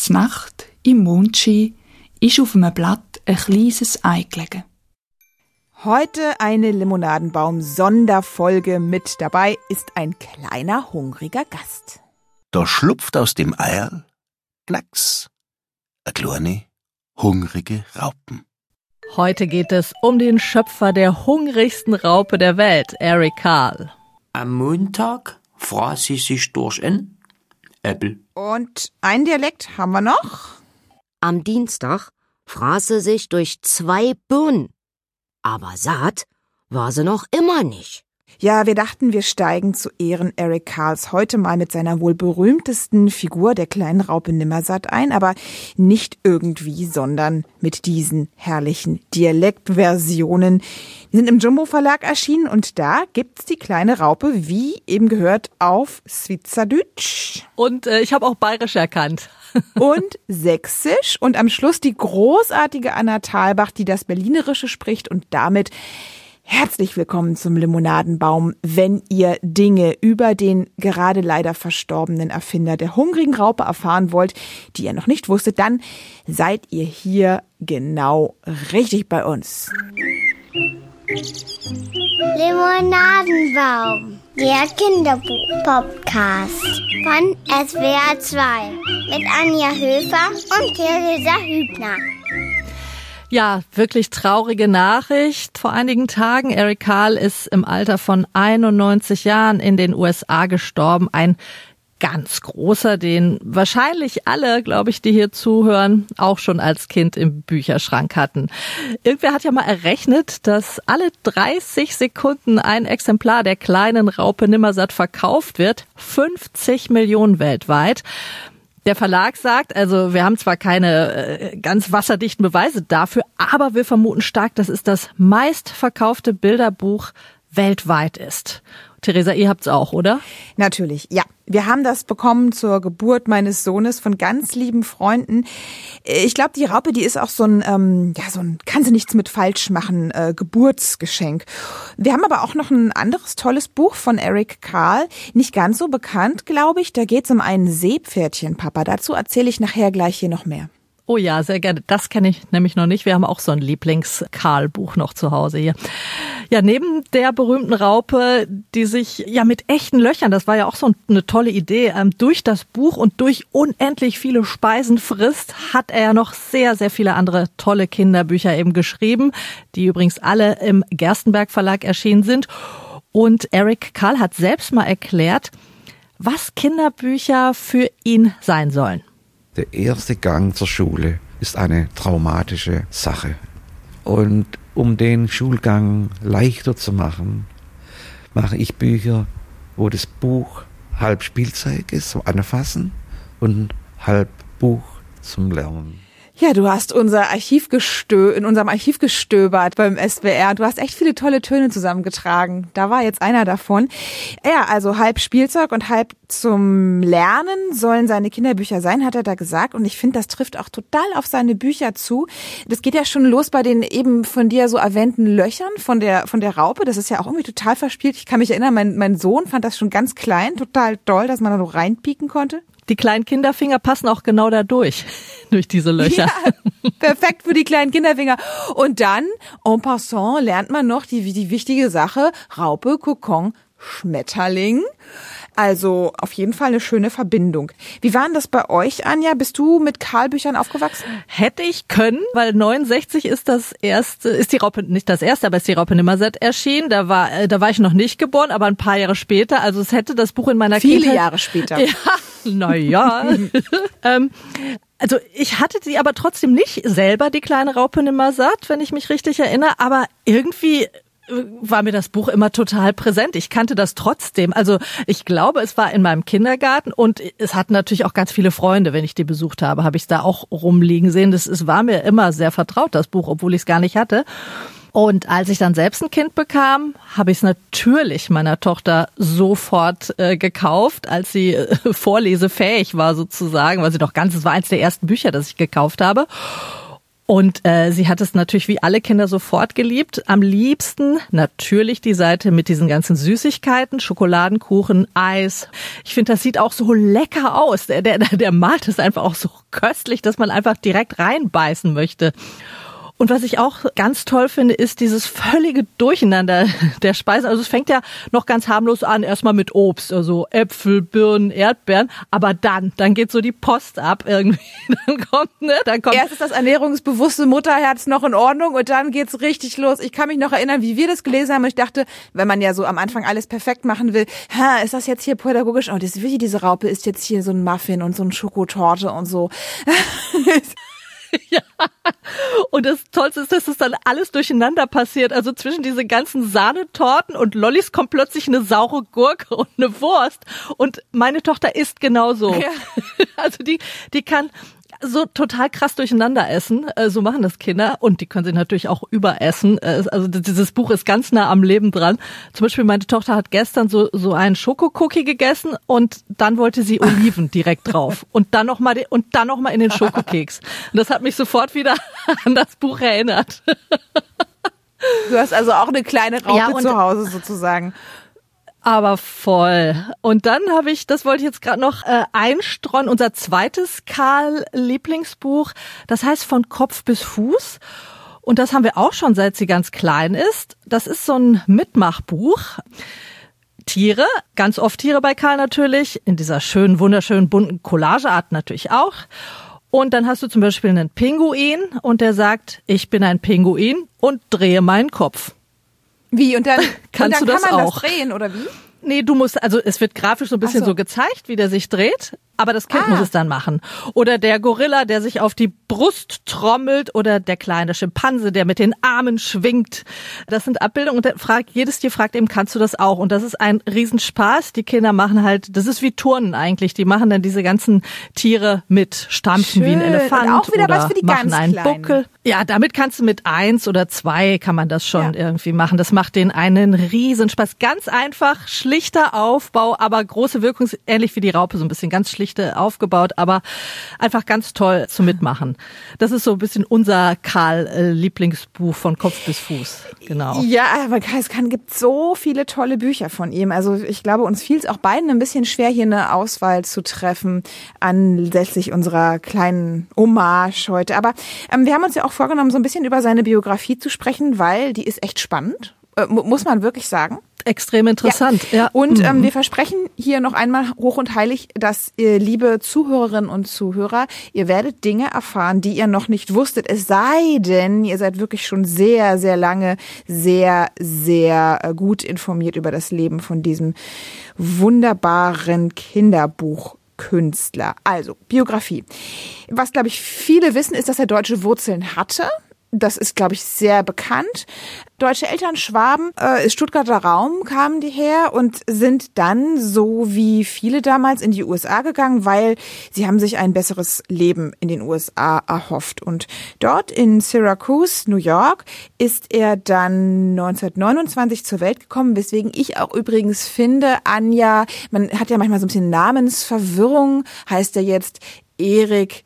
Znacht, im Mondschein, ist auf einem Blatt ein kleines Ei gelegen. Heute eine Limonadenbaum-Sonderfolge. Mit dabei ist ein kleiner, hungriger Gast. Da schlupft aus dem Eierl, knacks, a kleine, hungrige Raupen. Heute geht es um den Schöpfer der hungrigsten Raupe der Welt, Eric Carle. Am Montag fraß sie sich durch ein Äppel. Und ein Dialekt haben wir noch. Am Dienstag fraß sie sich durch 2 Birnen. Aber satt war sie noch immer nicht. Ja, wir dachten, wir steigen zu Ehren Eric Carles heute mal mit seiner wohl berühmtesten Figur, der kleinen Raupe Nimmersatt, ein, aber nicht irgendwie, sondern mit diesen herrlichen Dialektversionen. Die sind im Jumbo Verlag erschienen und da gibt's die kleine Raupe, wie eben gehört, auf Schwyzerdütsch. Und ich habe auch Bayerisch erkannt. Und Sächsisch und am Schluss die großartige Anna Thalbach, die das Berlinerische spricht und damit herzlich willkommen zum Limonadenbaum. Wenn ihr Dinge über den gerade leider verstorbenen Erfinder der hungrigen Raupe erfahren wollt, die ihr noch nicht wusstet, dann seid ihr hier genau richtig bei uns. Limonadenbaum, der Kinderbuch-Podcast von SWR 2 mit Anja Höfer und Theresa Hübner. Ja, wirklich traurige Nachricht. Vor einigen Tagen, Eric Carle ist im Alter von 91 Jahren in den USA gestorben. Ein ganz großer, den wahrscheinlich alle, glaube ich, die hier zuhören, auch schon als Kind im Bücherschrank hatten. Irgendwer hat ja mal errechnet, dass alle 30 Sekunden ein Exemplar der kleinen Raupe Nimmersatt verkauft wird. 50 Millionen weltweit. Der Verlag sagt, also wir haben zwar keine ganz wasserdichten Beweise dafür, aber wir vermuten stark, dass es das meistverkaufte Bilderbuch weltweit ist. Theresa, ihr habt's auch, oder? Natürlich, ja. Wir haben das bekommen zur Geburt meines Sohnes von ganz lieben Freunden. Ich glaube, die Raupe, die ist auch so ein kann sie nichts mit falsch machen, Geburtsgeschenk. Wir haben aber auch noch ein anderes tolles Buch von Eric Carle, nicht ganz so bekannt, glaube ich. Da geht's um einen Seepferdchenpapa. Dazu erzähle ich nachher gleich hier noch mehr. Oh ja, sehr gerne. Das kenne ich nämlich noch nicht. Wir haben auch so ein Lieblings-Carle-Buch noch zu Hause hier. Ja, neben der berühmten Raupe, die sich ja mit echten Löchern, das war ja auch so eine tolle Idee, durch das Buch und durch unendlich viele Speisen frisst, hat er ja noch sehr, sehr viele andere tolle Kinderbücher eben geschrieben, die übrigens alle im Gerstenberg Verlag erschienen sind. Und Eric Carle hat selbst mal erklärt, was Kinderbücher für ihn sein sollen. Der erste Gang zur Schule ist eine traumatische Sache. Und um den Schulgang leichter zu machen, mache ich Bücher, wo das Buch halb Spielzeug ist, zum Anfassen, und halb Buch zum Lernen. Ja, du hast in unserem Archiv gestöbert beim SWR. Du hast echt viele tolle Töne zusammengetragen. Da war jetzt einer davon. Ja, also halb Spielzeug und halb zum Lernen sollen seine Kinderbücher sein, hat er da gesagt. Und ich finde, das trifft auch total auf seine Bücher zu. Das geht ja schon los bei den eben von dir so erwähnten Löchern von der Raupe. Das ist ja auch irgendwie total verspielt. Ich kann mich erinnern, mein Sohn fand das schon ganz klein, total toll, dass man da so reinpieken konnte. Die kleinen Kinderfinger passen auch genau da durch diese Löcher. Ja, perfekt für die kleinen Kinderfinger. Und dann, en passant, lernt man noch die wichtige Sache, Raupe, Kokon, Schmetterling. Also auf jeden Fall eine schöne Verbindung. Wie war denn das bei euch, Anja? Bist du mit Carle-Büchern aufgewachsen? Hätte ich können, weil 69 ist die Raupe nicht das erste, aber ist die Raupe Nimmersatt erschienen. Da war ich noch nicht geboren, aber ein paar Jahre später. Also es hätte das Buch in meiner Kindheit. Viele Jahre später. Ja, naja. Also ich hatte sie aber trotzdem nicht selber, die kleine Raupe Nimmersatt, wenn ich mich richtig erinnere. Aber irgendwie war mir das Buch immer total präsent. Ich kannte das trotzdem. Also ich glaube, es war in meinem Kindergarten und es hatten natürlich auch ganz viele Freunde. Wenn ich die besucht habe, habe ich es da auch rumliegen sehen. Es war mir immer sehr vertraut, das Buch, obwohl ich es gar nicht hatte. Und als ich dann selbst ein Kind bekam, habe ich es natürlich meiner Tochter sofort gekauft, als sie vorlesefähig war sozusagen, weil sie es war eins der ersten Bücher, das ich gekauft habe. Und sie hat es natürlich wie alle Kinder sofort geliebt. Am liebsten natürlich die Seite mit diesen ganzen Süßigkeiten, Schokoladenkuchen, Eis. Ich finde, das sieht auch so lecker aus. Der malt es einfach auch so köstlich, dass man einfach direkt reinbeißen möchte. Und was ich auch ganz toll finde, ist dieses völlige Durcheinander der Speisen. Also es fängt ja noch ganz harmlos an, erstmal mit Obst, also Äpfel, Birnen, Erdbeeren. Aber dann geht so die Post ab irgendwie. Dann kommt erst ist das ernährungsbewusste Mutterherz noch in Ordnung und dann geht's richtig los. Ich kann mich noch erinnern, wie wir das gelesen haben. Und ich dachte, wenn man ja so am Anfang alles perfekt machen will, ist das jetzt hier pädagogisch? Oh, diese Raupe ist jetzt hier so ein Muffin und so eine Schokotorte und so. Ja, und das Tollste ist, dass das dann alles durcheinander passiert. Also zwischen diese ganzen Sahnetorten und Lollis kommt plötzlich eine saure Gurke und eine Wurst. Und meine Tochter isst genauso. Ja. Also die kann so total krass durcheinander essen. So machen das Kinder. Und die können sie natürlich auch überessen. Also dieses Buch ist ganz nah am Leben dran. Zum Beispiel meine Tochter hat gestern so einen Schokocookie gegessen und dann wollte sie Oliven direkt drauf. Und dann noch mal in den Schokokeks. Und das hat mich sofort wieder an das Buch erinnert. Du hast also auch eine kleine Raupe zu Hause sozusagen. Aber voll. Und dann habe ich, das wollte ich jetzt gerade noch einstreuen, unser zweites Karl-Lieblingsbuch, das heißt Von Kopf bis Fuß. Und das haben wir auch schon, seit sie ganz klein ist. Das ist so ein Mitmachbuch. Tiere, ganz oft Tiere bei Karl natürlich, in dieser schönen, wunderschönen, bunten Collageart natürlich auch. Und dann hast du zum Beispiel einen Pinguin und der sagt, ich bin ein Pinguin und drehe meinen Kopf. Wie? Und dann kann man das drehen, oder wie? Nee, also es wird grafisch so ein bisschen so gezeigt, wie der sich dreht, aber das Kind muss es dann machen. Oder der Gorilla, der sich auf die Brust trommelt, oder der kleine Schimpanse, der mit den Armen schwingt. Das sind Abbildungen und jedes Tier fragt eben, kannst du das auch? Und das ist ein Riesenspaß. Die Kinder machen halt, das ist wie Turnen eigentlich. Die machen dann diese ganzen Tiere mit, stampfen wie ein Elefant. Und auch wieder oder was für die machen ganz einen Kleinen. Buckel. Ja, damit kannst du mit 1 oder 2 kann man das schon irgendwie machen. Das macht denen einen Riesenspaß. Ganz einfach, schlichter Aufbau, aber große Wirkung, ähnlich wie die Raupe, so ein bisschen ganz schlichte aufgebaut, aber einfach ganz toll zum Mitmachen. Das ist so ein bisschen unser Karl-Lieblingsbuch von Kopf bis Fuß. Genau. Ja, aber es gibt so viele tolle Bücher von ihm. Also ich glaube, uns fiel es auch beiden ein bisschen schwer, hier eine Auswahl zu treffen anlässlich unserer kleinen Hommage heute. Aber wir haben uns ja auch vorgenommen, so ein bisschen über seine Biografie zu sprechen, weil die ist echt spannend. Muss man wirklich sagen. Extrem interessant, ja. Und wir versprechen hier noch einmal hoch und heilig, dass ihr, liebe Zuhörerinnen und Zuhörer, ihr werdet Dinge erfahren, die ihr noch nicht wusstet. Es sei denn, ihr seid wirklich schon sehr, sehr lange sehr, sehr gut informiert über das Leben von diesem wunderbaren Kinderbuchkünstler. Also, Biografie. Was, glaube ich, viele wissen, ist, dass er deutsche Wurzeln hatte. Das ist, glaube ich, sehr bekannt. Deutsche Eltern, Schwaben, Stuttgarter Raum kamen die her und sind dann, so wie viele damals, in die USA gegangen, weil sie haben sich ein besseres Leben in den USA erhofft. Und dort in Syracuse, New York, ist er dann 1929 zur Welt gekommen, weswegen ich auch übrigens finde, Anja, man hat ja manchmal so ein bisschen Namensverwirrung, heißt er jetzt Erik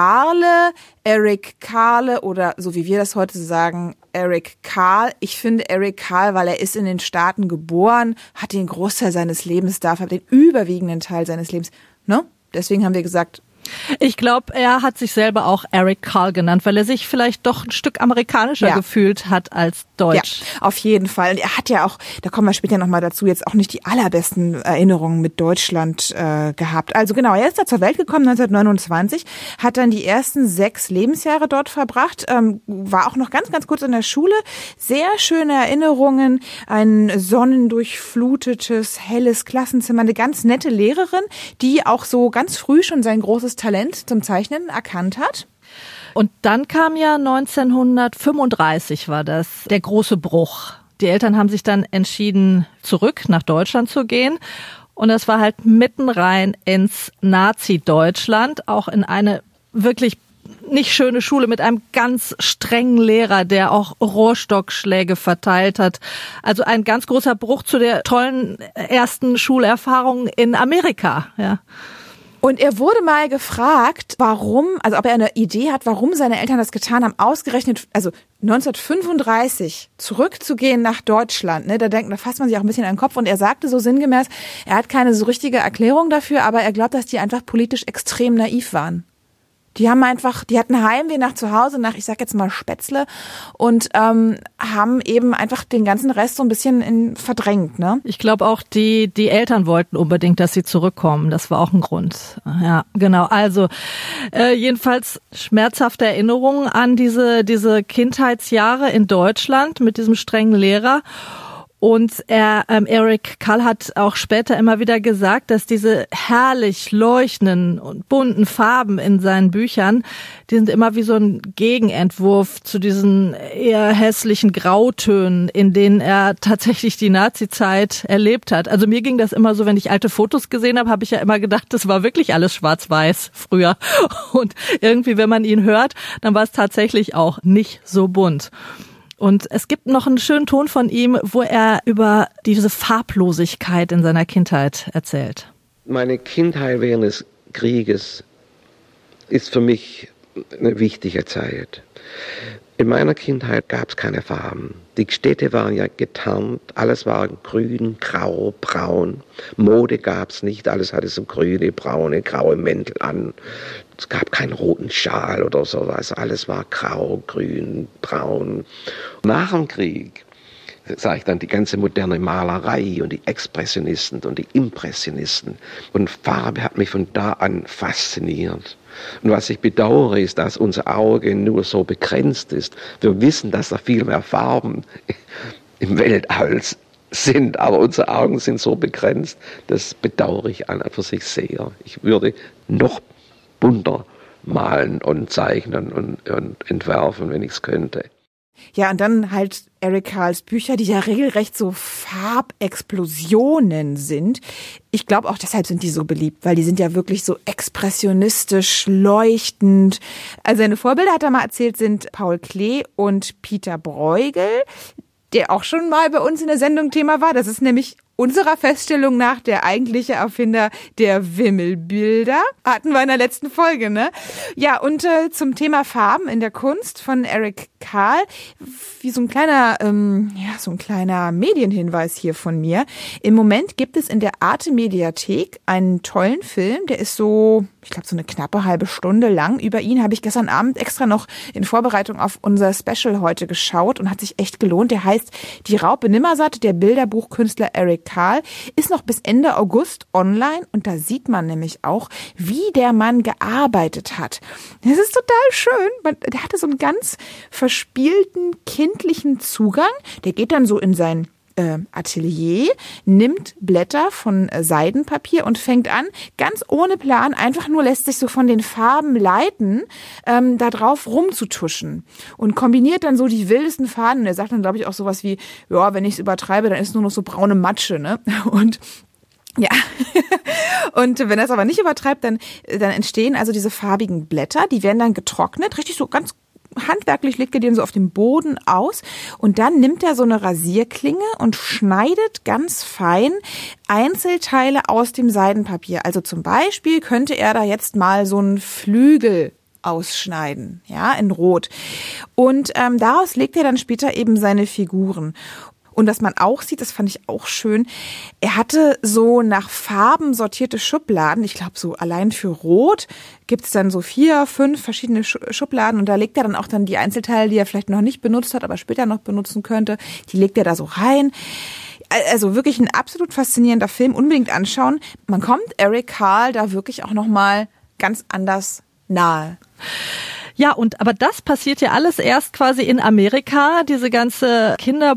Carle oder so wie wir das heute sagen, Eric Carle. Ich finde Eric Carle, weil er ist in den Staaten geboren, hat den Großteil seines Lebens da, den überwiegenden Teil seines Lebens, ne? Deswegen haben wir gesagt, ich glaube, er hat sich selber auch Eric Carle genannt, weil er sich vielleicht doch ein Stück amerikanischer gefühlt hat als deutsch. Ja, auf jeden Fall. Und er hat ja auch, da kommen wir später nochmal dazu, jetzt auch nicht die allerbesten Erinnerungen mit Deutschland gehabt. Also genau, er ist da zur Welt gekommen 1929, hat dann die ersten 6 Lebensjahre dort verbracht, war auch noch ganz, ganz kurz in der Schule. Sehr schöne Erinnerungen, ein sonnendurchflutetes, helles Klassenzimmer, eine ganz nette Lehrerin, die auch so ganz früh schon sein großes Talent zum Zeichnen erkannt hat. Und dann kam ja 1935 war das, der große Bruch. Die Eltern haben sich dann entschieden, zurück nach Deutschland zu gehen. Und das war halt mitten rein ins Nazi-Deutschland, auch in eine wirklich nicht schöne Schule mit einem ganz strengen Lehrer, der auch Rohrstockschläge verteilt hat. Also ein ganz großer Bruch zu der tollen ersten Schulerfahrung in Amerika, ja. Und er wurde mal gefragt, warum, also ob er eine Idee hat, warum seine Eltern das getan haben, ausgerechnet, also 1935 zurückzugehen nach Deutschland, ne, da fasst man sich auch ein bisschen an den Kopf, und er sagte so sinngemäß, er hat keine so richtige Erklärung dafür, aber er glaubt, dass die einfach politisch extrem naiv waren. Die hatten Heimweh nach zu Hause, nach, ich sag jetzt mal, Spätzle, und haben eben einfach den ganzen Rest so ein bisschen verdrängt, ne? Ich glaube auch, die Eltern wollten unbedingt, dass sie zurückkommen. Das war auch ein Grund. Ja, genau. Also jedenfalls schmerzhafte Erinnerungen an diese Kindheitsjahre in Deutschland mit diesem strengen Lehrer. Und Eric Carle hat auch später immer wieder gesagt, dass diese herrlich leuchtenden und bunten Farben in seinen Büchern, die sind immer wie so ein Gegenentwurf zu diesen eher hässlichen Grautönen, in denen er tatsächlich die Nazi-Zeit erlebt hat. Also mir ging das immer so, wenn ich alte Fotos gesehen habe, habe ich ja immer gedacht, das war wirklich alles schwarz-weiß früher. Und irgendwie, wenn man ihn hört, dann war es tatsächlich auch nicht so bunt. Und es gibt noch einen schönen Ton von ihm, wo er über diese Farblosigkeit in seiner Kindheit erzählt. Meine Kindheit während des Krieges ist für mich eine wichtige Zeit. In meiner Kindheit gab es keine Farben. Die Städte waren ja getarnt, alles war grün, grau, braun. Mode gab es nicht, alles hatte so grüne, braune, graue Mäntel an. Es gab keinen roten Schal oder sowas, alles war grau, grün, braun. Nach dem Krieg sah ich dann die ganze moderne Malerei und die Expressionisten und die Impressionisten. Und Farbe hat mich von da an fasziniert. Und was ich bedauere, ist, dass unser Auge nur so begrenzt ist. Wir wissen, dass da viel mehr Farben im Weltall sind, aber unsere Augen sind so begrenzt. Das bedauere ich an und für sich sehr. Ich würde noch bunter malen und zeichnen und entwerfen, wenn ich es könnte. Ja, und dann halt Eric Carles Bücher, die ja regelrecht so Farbexplosionen sind. Ich glaube auch deshalb sind die so beliebt, weil die sind ja wirklich so expressionistisch, leuchtend. Also seine Vorbilder, hat er mal erzählt, sind Paul Klee und Peter Bruegel, der auch schon mal bei uns in der Sendung Thema war. Das ist nämlich unserer Feststellung nach der eigentliche Erfinder der Wimmelbilder. Hatten wir in der letzten Folge, ne? Ja, und zum Thema Farben in der Kunst von Eric Carle, wie so ein kleiner Medienhinweis hier von mir. Im Moment gibt es in der Arte-Mediathek einen tollen Film, der ist so, ich glaube, so eine knappe halbe Stunde lang. Über ihn habe ich gestern Abend extra noch in Vorbereitung auf unser Special heute geschaut und hat sich echt gelohnt. Der heißt Die Raupe Nimmersatt, der Bilderbuchkünstler Eric Carle, ist noch bis Ende August online, und da sieht man nämlich auch, wie der Mann gearbeitet hat. Das ist total schön. Der hatte so einen ganz verspielten, kindlichen Zugang. Der geht dann so in sein Atelier, nimmt Blätter von Seidenpapier und fängt an, ganz ohne Plan, einfach nur lässt sich so von den Farben leiten, da drauf rumzutuschen und kombiniert dann so die wildesten Farben. Und er sagt dann, glaube ich, auch sowas wie, ja, wenn ich es übertreibe, dann ist nur noch so braune Matsche, ne? Und ja, und wenn er es aber nicht übertreibt, dann entstehen also diese farbigen Blätter, die werden dann getrocknet, richtig so ganz handwerklich legt er den so auf dem Boden aus, und dann nimmt er so eine Rasierklinge und schneidet ganz fein Einzelteile aus dem Seidenpapier. Also zum Beispiel könnte er da jetzt mal so einen Flügel ausschneiden, ja, in Rot. Und daraus legt er dann später eben seine Figuren. Und was man auch sieht, das fand ich auch schön, er hatte so nach Farben sortierte Schubladen. Ich glaube, so allein für Rot gibt's dann so 4, 5 verschiedene Schubladen, und da legt er dann auch dann die Einzelteile, die er vielleicht noch nicht benutzt hat, aber später noch benutzen könnte, die legt er da so rein. Also wirklich ein absolut faszinierender Film, unbedingt anschauen. Man kommt Eric Carle da wirklich auch nochmal ganz anders nahe. Ja, aber das passiert ja alles erst quasi in Amerika, diese ganze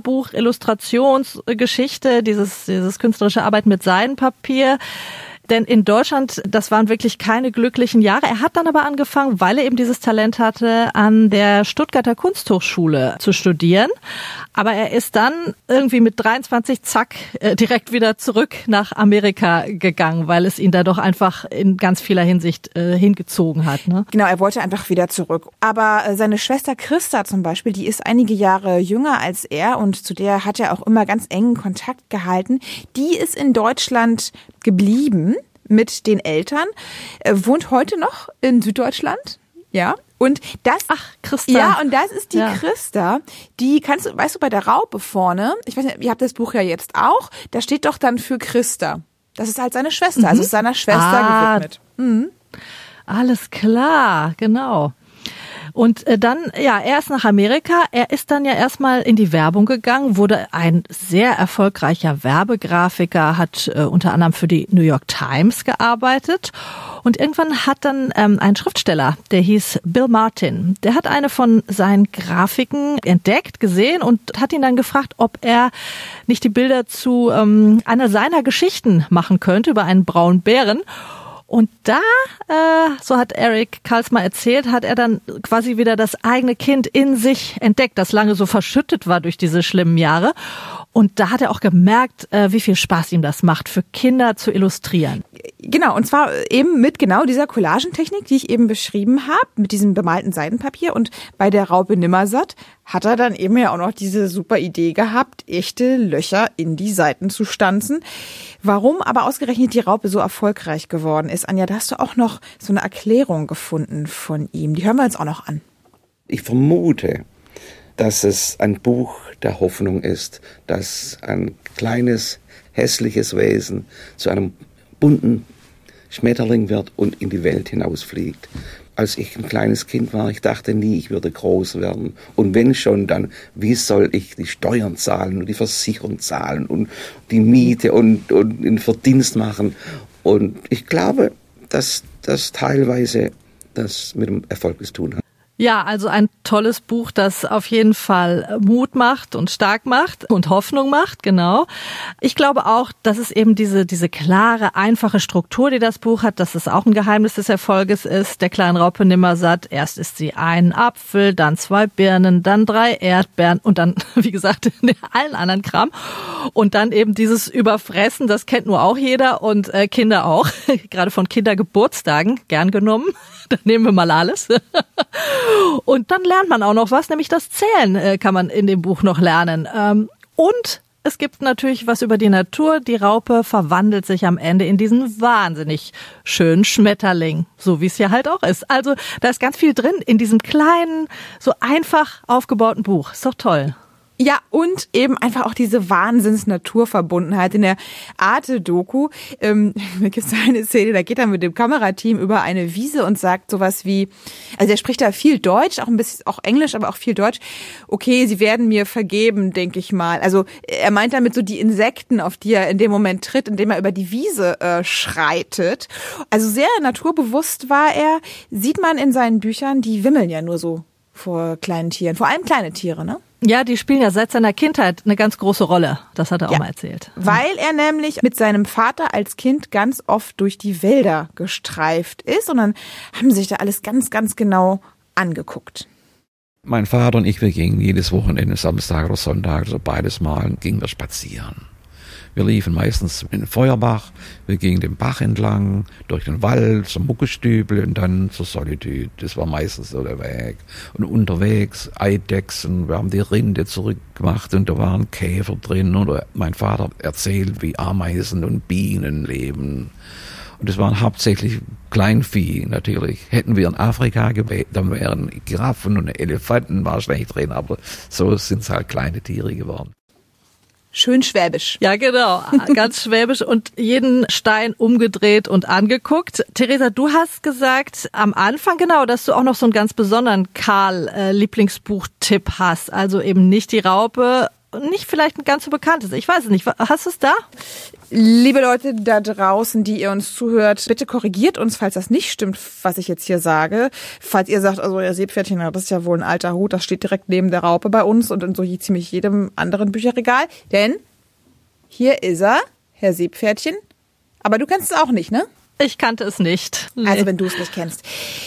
Kinderbuch-Illustrationsgeschichte, dieses künstlerische Arbeit mit Seidenpapier. Denn in Deutschland, das waren wirklich keine glücklichen Jahre. Er hat dann aber angefangen, weil er eben dieses Talent hatte, an der Stuttgarter Kunsthochschule zu studieren. Aber er ist dann irgendwie mit 23, direkt wieder zurück nach Amerika gegangen, weil es ihn da doch einfach in ganz vieler Hinsicht hingezogen hat, ne? Genau, er wollte einfach wieder zurück. Aber seine Schwester Christa zum Beispiel, die ist einige Jahre jünger als er, und zu der hat er auch immer ganz engen Kontakt gehalten. Die ist in Deutschland geblieben, mit den Eltern, wohnt heute noch in Süddeutschland, ja. Und das, Christa. Ja, und das ist die Christa, die weißt du, bei der Raupe vorne, ich weiß nicht, ihr habt das Buch ja jetzt auch, da steht doch dann für Christa. Das ist halt seine Schwester, also ist seiner Schwester gewidmet. Mhm. Alles klar, genau. Und dann, er ist nach Amerika. Er ist dann ja erstmal in die Werbung gegangen, wurde ein sehr erfolgreicher Werbegrafiker, hat unter anderem für die New York Times gearbeitet. Und irgendwann hat dann ein Schriftsteller, der hieß Bill Martin, der hat eine von seinen Grafiken entdeckt, gesehen und hat ihn dann gefragt, ob er nicht die Bilder zu einer seiner Geschichten machen könnte über einen braunen Bären. Und da, so hat Eric Carles mal erzählt, hat er dann quasi wieder das eigene Kind in sich entdeckt, das lange so verschüttet war durch diese schlimmen Jahre. Und da hat er auch gemerkt, wie viel Spaß ihm das macht, für Kinder zu illustrieren. Genau, und zwar eben mit genau dieser Collagentechnik, die ich eben beschrieben habe, mit diesem bemalten Seidenpapier. Und bei der Raupe Nimmersatt hat er dann eben ja auch noch diese super Idee gehabt, echte Löcher in die Seiten zu stanzen. Warum aber ausgerechnet die Raupe so erfolgreich geworden ist, Anja, da hast du auch noch so eine Erklärung gefunden von ihm. Die hören wir uns auch noch an. Ich vermute, dass es ein Buch der Hoffnung ist, dass ein kleines, hässliches Wesen zu einem bunten Schmetterling wird und in die Welt hinausfliegt. Als ich ein kleines Kind war, ich dachte nie, ich würde groß werden. Und wenn schon, dann, wie soll ich die Steuern zahlen und die Versicherung zahlen und die Miete und den Verdienst machen? Und ich glaube, dass das teilweise das mit dem Erfolg zu tun hat. Ja, also ein tolles Buch, das auf jeden Fall Mut macht und stark macht und Hoffnung macht, genau. Ich glaube auch, dass es eben diese klare, einfache Struktur, die das Buch hat, dass es auch ein Geheimnis des Erfolges ist. Der kleinen Raupe Nimmersatt, erst isst sie einen Apfel, dann 2 Birnen, dann 3 Erdbeeren und dann, wie gesagt, allen anderen Kram. Und dann eben dieses Überfressen, das kennt nur auch jeder und Kinder auch, gerade von Kindergeburtstagen, gern genommen. Da nehmen wir mal alles. Und dann lernt man auch noch was, nämlich das Zählen kann man in dem Buch noch lernen. Und es gibt natürlich was über die Natur. Die Raupe verwandelt sich am Ende in diesen wahnsinnig schönen Schmetterling, so wie es ja halt auch ist. Also da ist ganz viel drin in diesem kleinen, so einfach aufgebauten Buch. Ist doch toll. Ja, und eben einfach auch diese Wahnsinns-Naturverbundenheit in der Arte-Doku. Da gibt es eine Szene, da geht er mit dem Kamerateam über eine Wiese und sagt sowas wie, also er spricht da viel Deutsch, auch ein bisschen, auch Englisch, aber auch viel Deutsch. Okay, sie werden mir vergeben, denke ich mal. Also er meint damit so die Insekten, auf die er in dem Moment tritt, indem er über die Wiese schreitet. Also sehr naturbewusst war er. Sieht man in seinen Büchern, die wimmeln ja nur so vor kleinen Tieren, vor allem kleine Tiere, ne? Ja, die spielen ja seit seiner Kindheit eine ganz große Rolle. Das hat er auch mal erzählt. Weil er nämlich mit seinem Vater als Kind ganz oft durch die Wälder gestreift ist und dann haben sie sich da alles ganz, ganz genau angeguckt. Mein Vater und ich, wir gingen jedes Wochenende, Samstag oder Sonntag, also beides Mal, gingen wir spazieren. Wir liefen meistens in den Feuerbach, wir gingen den Bach entlang, durch den Wald, zum Muckestübel und dann zur Solitude. Das war meistens so der Weg. Und unterwegs Eidechsen, wir haben die Rinde zurückgemacht und da waren Käfer drin. Oder mein Vater erzählt, wie Ameisen und Bienen leben. Und das waren hauptsächlich Kleinvieh natürlich. Hätten wir in Afrika gelebt, dann wären Giraffen und Elefanten wahrscheinlich drin, aber so sind es halt kleine Tiere geworden. Schön schwäbisch. Ja, genau. Ganz schwäbisch und jeden Stein umgedreht und angeguckt. Theresa, du hast gesagt am Anfang, genau, dass du auch noch so einen ganz besonderen Carl-Lieblingsbuchtipp hast. Also eben nicht die Raupe, nicht vielleicht ein ganz so bekanntes. Ich weiß es nicht. Hast du es da? Liebe Leute da draußen, die ihr uns zuhört, bitte korrigiert uns, falls das nicht stimmt, was ich jetzt hier sage. Falls ihr sagt, also ihr Seepferdchen, das ist ja wohl ein alter Hut, das steht direkt neben der Raupe bei uns und in so ziemlich jedem anderen Bücherregal. Denn hier ist er, Herr Seepferdchen. Aber du kennst es auch nicht, ne? Ich kannte es nicht. Nee. Also wenn du es nicht kennst.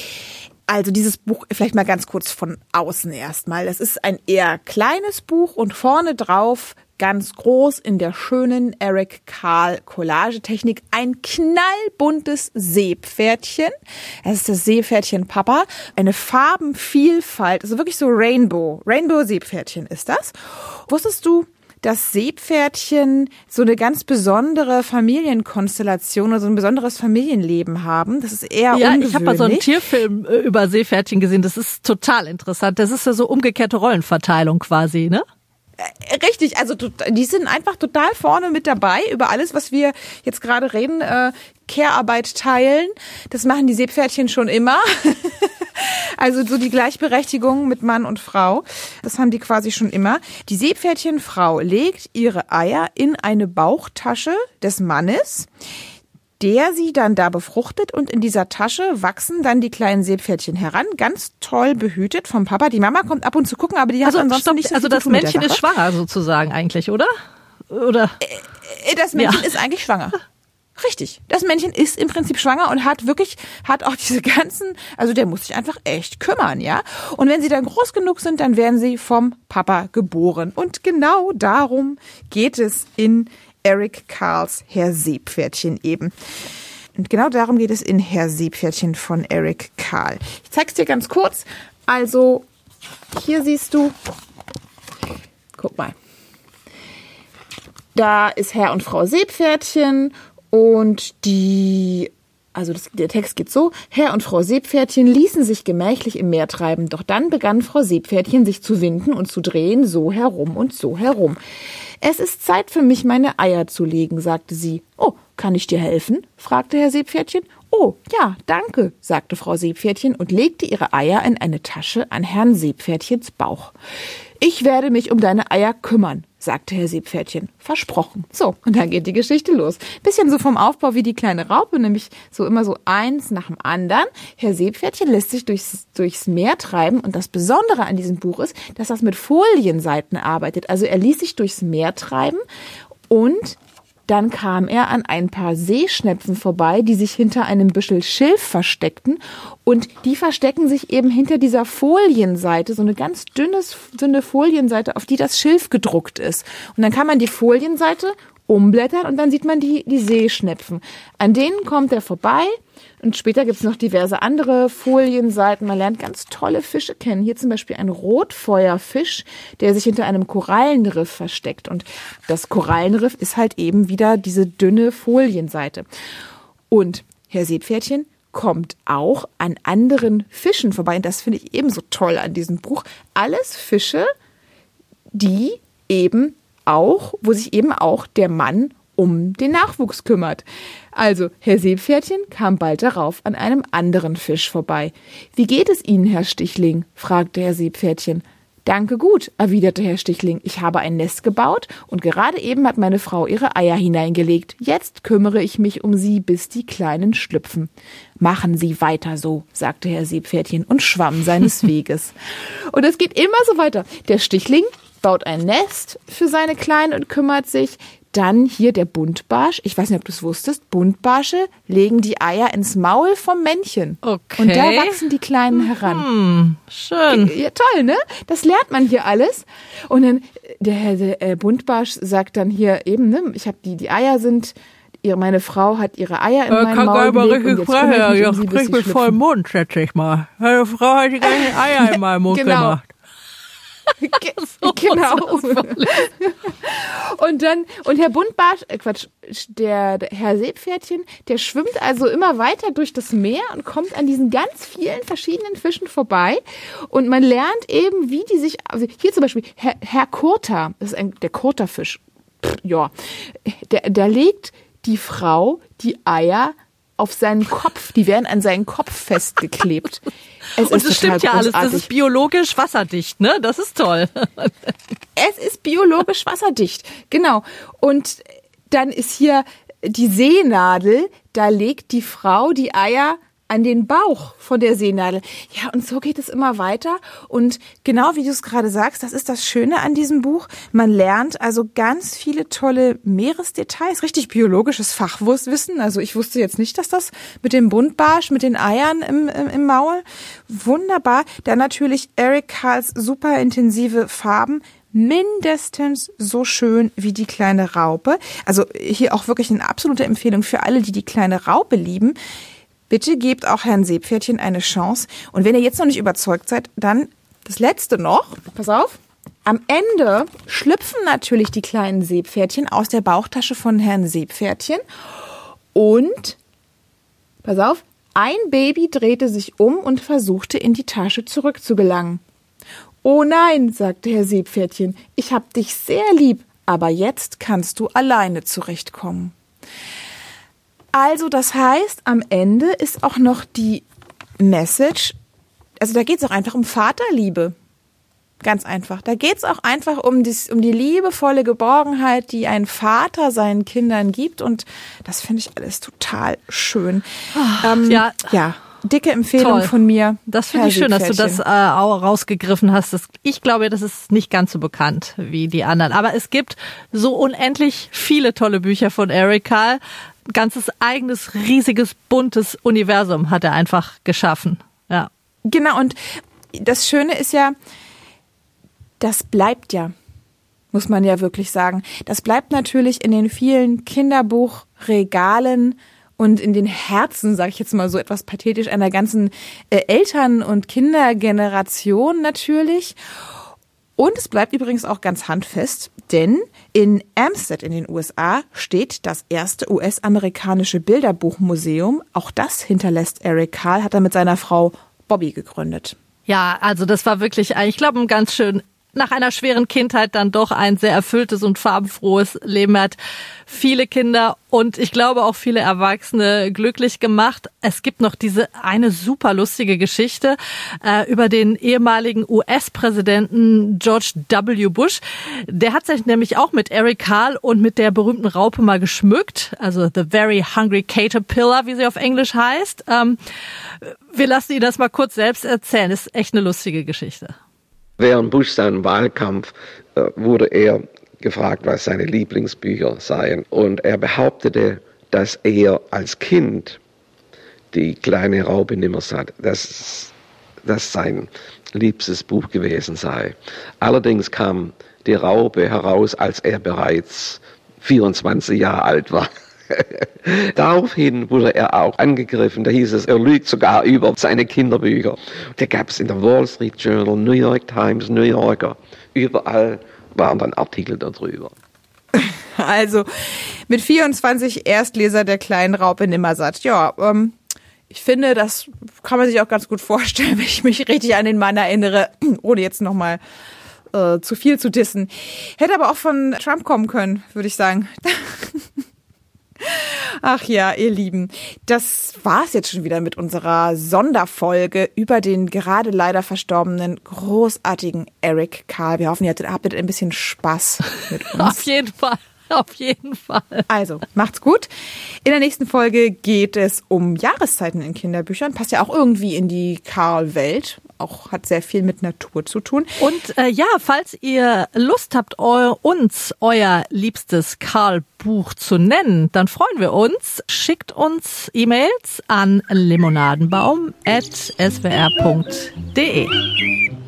Also dieses Buch vielleicht mal ganz kurz von außen erstmal. Das ist ein eher kleines Buch und vorne drauf ganz groß in der schönen Eric Carle Collagetechnik ein knallbuntes Seepferdchen. Das ist das Seepferdchen Papa. Eine Farbenvielfalt, also wirklich so Rainbow Seepferdchen ist das. Wusstest du, dass Seepferdchen so eine ganz besondere Familienkonstellation oder so ein besonderes Familienleben haben. Das ist eher ungewöhnlich. Ich habe mal so einen Tierfilm über Seepferdchen gesehen. Das ist total interessant. Das ist ja so umgekehrte Rollenverteilung quasi, ne? Richtig, also die sind einfach total vorne mit dabei über alles, was wir jetzt gerade reden, Care-Arbeit teilen. Das machen die Seepferdchen schon immer. Also so die Gleichberechtigung mit Mann und Frau, das haben die quasi schon immer. Die Seepferdchenfrau legt ihre Eier in eine Bauchtasche des Mannes, der sie dann da befruchtet, und in dieser Tasche wachsen dann die kleinen Seepferdchen heran, ganz toll behütet vom Papa. Die Mama kommt ab und zu gucken, aber die hat ansonsten nicht so viel zu tun. Also das Männchen ist schwanger sozusagen eigentlich, oder? Das Männchen ist eigentlich schwanger. Richtig. Das Männchen ist im Prinzip schwanger und hat auch diese ganzen, also der muss sich einfach echt kümmern, ja. Und wenn sie dann groß genug sind, dann werden sie vom Papa geboren. Und genau darum geht es in Eric Carles Herr Seepferdchen eben. Und genau darum geht es in Herr Seepferdchen von Eric Carle. Ich zeig's dir ganz kurz. Also, hier siehst du, guck mal. Da ist Herr und Frau Seepferdchen und der Text geht so: Herr und Frau Seepferdchen ließen sich gemächlich im Meer treiben, doch dann begann Frau Seepferdchen sich zu winden und zu drehen, so herum und so herum. Es ist Zeit für mich, meine Eier zu legen, sagte sie. Oh, kann ich dir helfen? Fragte Herr Seepferdchen. Oh, ja, danke, sagte Frau Seepferdchen und legte ihre Eier in eine Tasche an Herrn Seepferdchens Bauch. Ich werde mich um deine Eier kümmern, sagte Herr Seepferdchen. Versprochen. So, und dann geht die Geschichte los. Bisschen so vom Aufbau wie die kleine Raupe, nämlich so immer so eins nach dem anderen. Herr Seepferdchen lässt sich durchs Meer treiben, und das Besondere an diesem Buch ist, dass das mit Folienseiten arbeitet. Also er ließ sich durchs Meer treiben, und dann kam er an ein paar Seeschnepfen vorbei, die sich hinter einem Büschel Schilf versteckten. Und die verstecken sich eben hinter dieser Folienseite, so eine ganz dünne Folienseite, auf die das Schilf gedruckt ist. Und dann kann man die Folienseite umblättern und dann sieht man die Seeschnepfen. An denen kommt er vorbei. Und später gibt's noch diverse andere Folienseiten. Man lernt ganz tolle Fische kennen. Hier zum Beispiel ein Rotfeuerfisch, der sich hinter einem Korallenriff versteckt. Und das Korallenriff ist halt eben wieder diese dünne Folienseite. Und Herr Seepferdchen kommt auch an anderen Fischen vorbei. Und das finde ich ebenso toll an diesem Buch. Alles Fische, wo sich eben auch der Mann um den Nachwuchs kümmert. Also, Herr Seepferdchen kam bald darauf an einem anderen Fisch vorbei. »Wie geht es Ihnen, Herr Stichling?« fragte Herr Seepferdchen. »Danke gut«, erwiderte Herr Stichling. »Ich habe ein Nest gebaut und gerade eben hat meine Frau ihre Eier hineingelegt. Jetzt kümmere ich mich um sie, bis die Kleinen schlüpfen.« »Machen Sie weiter so«, sagte Herr Seepferdchen und schwamm seines Weges. Und es geht immer so weiter. Der Stichling baut ein Nest für seine Kleinen und kümmert sich. Dann hier der Buntbarsch. Ich weiß nicht, ob du es wusstest. Buntbarsche legen die Eier ins Maul vom Männchen. Okay. Und da wachsen die Kleinen heran. Schön. Ja, toll, ne? Das lernt man hier alles. Und dann der Buntbarsch sagt dann hier eben, ne, ich habe die Eier sind, meine Frau hat ihre Eier in mein Maul gelegt und jetzt kümmere ich mich um sie, bis sie schlüpfen. Voll Mund, schätze ich mal. Meine Frau hat die ganzen Eier in meinem Mund gemacht. Genau. Und Herr Buntbarsch, der Herr Seepferdchen, der schwimmt also immer weiter durch das Meer und kommt an diesen ganz vielen verschiedenen Fischen vorbei. Und man lernt eben, wie die sich, also hier zum Beispiel Herr Kurter, das ist der Kurterfisch, da legt die Frau die Eier auf seinen Kopf, die werden an seinen Kopf festgeklebt. Und das stimmt ja alles, das ist biologisch wasserdicht, ne? Das ist toll. Es ist biologisch wasserdicht, genau. Und dann ist hier die Seenadel, da legt die Frau die Eier an den Bauch von der Seenadel. Ja, und so geht es immer weiter. Und genau wie du es gerade sagst, das ist das Schöne an diesem Buch. Man lernt also ganz viele tolle Meeresdetails, richtig biologisches Fachwissen. Also ich wusste jetzt nicht, dass das mit dem Buntbarsch, mit den Eiern im Maul, wunderbar. Dann natürlich Eric Carles super intensive Farben, mindestens so schön wie die kleine Raupe. Also hier auch wirklich eine absolute Empfehlung für alle, die kleine Raupe lieben. Bitte gebt auch Herrn Seepferdchen eine Chance. Und wenn ihr jetzt noch nicht überzeugt seid, dann das Letzte noch. Pass auf. Am Ende schlüpfen natürlich die kleinen Seepferdchen aus der Bauchtasche von Herrn Seepferdchen und, pass auf, ein Baby drehte sich um und versuchte in die Tasche zurückzugelangen. »Oh nein«, sagte Herr Seepferdchen, »ich hab dich sehr lieb, aber jetzt kannst du alleine zurechtkommen.« Also das heißt, am Ende ist auch noch die Message, also da geht es auch einfach um Vaterliebe. Ganz einfach. Da geht es auch einfach um die liebevolle Geborgenheit, die ein Vater seinen Kindern gibt. Und das finde ich alles total schön. Ja, dicke Empfehlung toll. Von mir. Das finde ich schön, dass du das auch rausgegriffen hast. Ich glaube, das ist nicht ganz so bekannt wie die anderen. Aber es gibt so unendlich viele tolle Bücher von Eric Carle. Ein ganzes eigenes, riesiges, buntes Universum hat er einfach geschaffen. Ja. Genau, und das Schöne ist ja, das bleibt ja, muss man ja wirklich sagen. Das bleibt natürlich in den vielen Kinderbuchregalen und in den Herzen, sage ich jetzt mal so etwas pathetisch, einer ganzen Eltern- und Kindergeneration natürlich. Und es bleibt übrigens auch ganz handfest, denn in Amstead in den USA steht das erste US-amerikanische Bilderbuchmuseum. Auch das hinterlässt Eric Carle, hat er mit seiner Frau Bobby gegründet. Ja, also das war wirklich, ich glaube, ein ganz schön, nach einer schweren Kindheit dann doch ein sehr erfülltes und farbenfrohes Leben. Er hat viele Kinder und ich glaube auch viele Erwachsene glücklich gemacht. Es gibt noch diese eine super lustige Geschichte über den ehemaligen US-Präsidenten George W. Bush. Der hat sich nämlich auch mit Eric Carle und mit der berühmten Raupe mal geschmückt. Also The Very Hungry Caterpillar, wie sie auf Englisch heißt. Wir lassen ihn das mal kurz selbst erzählen. Das ist echt eine lustige Geschichte. Während Bush seinen Wahlkampf wurde er gefragt, was seine Lieblingsbücher seien. Und er behauptete, dass er als Kind die kleine Raupe Nimmersatt, dass das sein liebstes Buch gewesen sei. Allerdings kam die Raupe heraus, als er bereits 24 Jahre alt war. Daraufhin wurde er auch angegriffen. Da hieß es, er lügt sogar über seine Kinderbücher. Da gab es in der Wall Street Journal, New York Times, New Yorker, überall waren dann Artikel darüber. Also mit 24 Erstleser der kleinen Raupe Nimmersatt. Ja, ich finde, das kann man sich auch ganz gut vorstellen, wenn ich mich richtig an den Mann erinnere, ohne jetzt nochmal zu viel zu dissen. Hätte aber auch von Trump kommen können, würde ich sagen. Ach ja, ihr Lieben, das war's jetzt schon wieder mit unserer Sonderfolge über den gerade leider verstorbenen großartigen Eric Carle. Wir hoffen, ihr hattet ein bisschen Spaß mit uns. Auf jeden Fall. Auf jeden Fall. Also, macht's gut. In der nächsten Folge geht es um Jahreszeiten in Kinderbüchern. Passt ja auch irgendwie in die Carle-Welt. Auch hat sehr viel mit Natur zu tun. Und falls ihr Lust habt, uns euer liebstes Carle-Buch zu nennen, dann freuen wir uns. Schickt uns E-Mails an limonadenbaum@swr.de.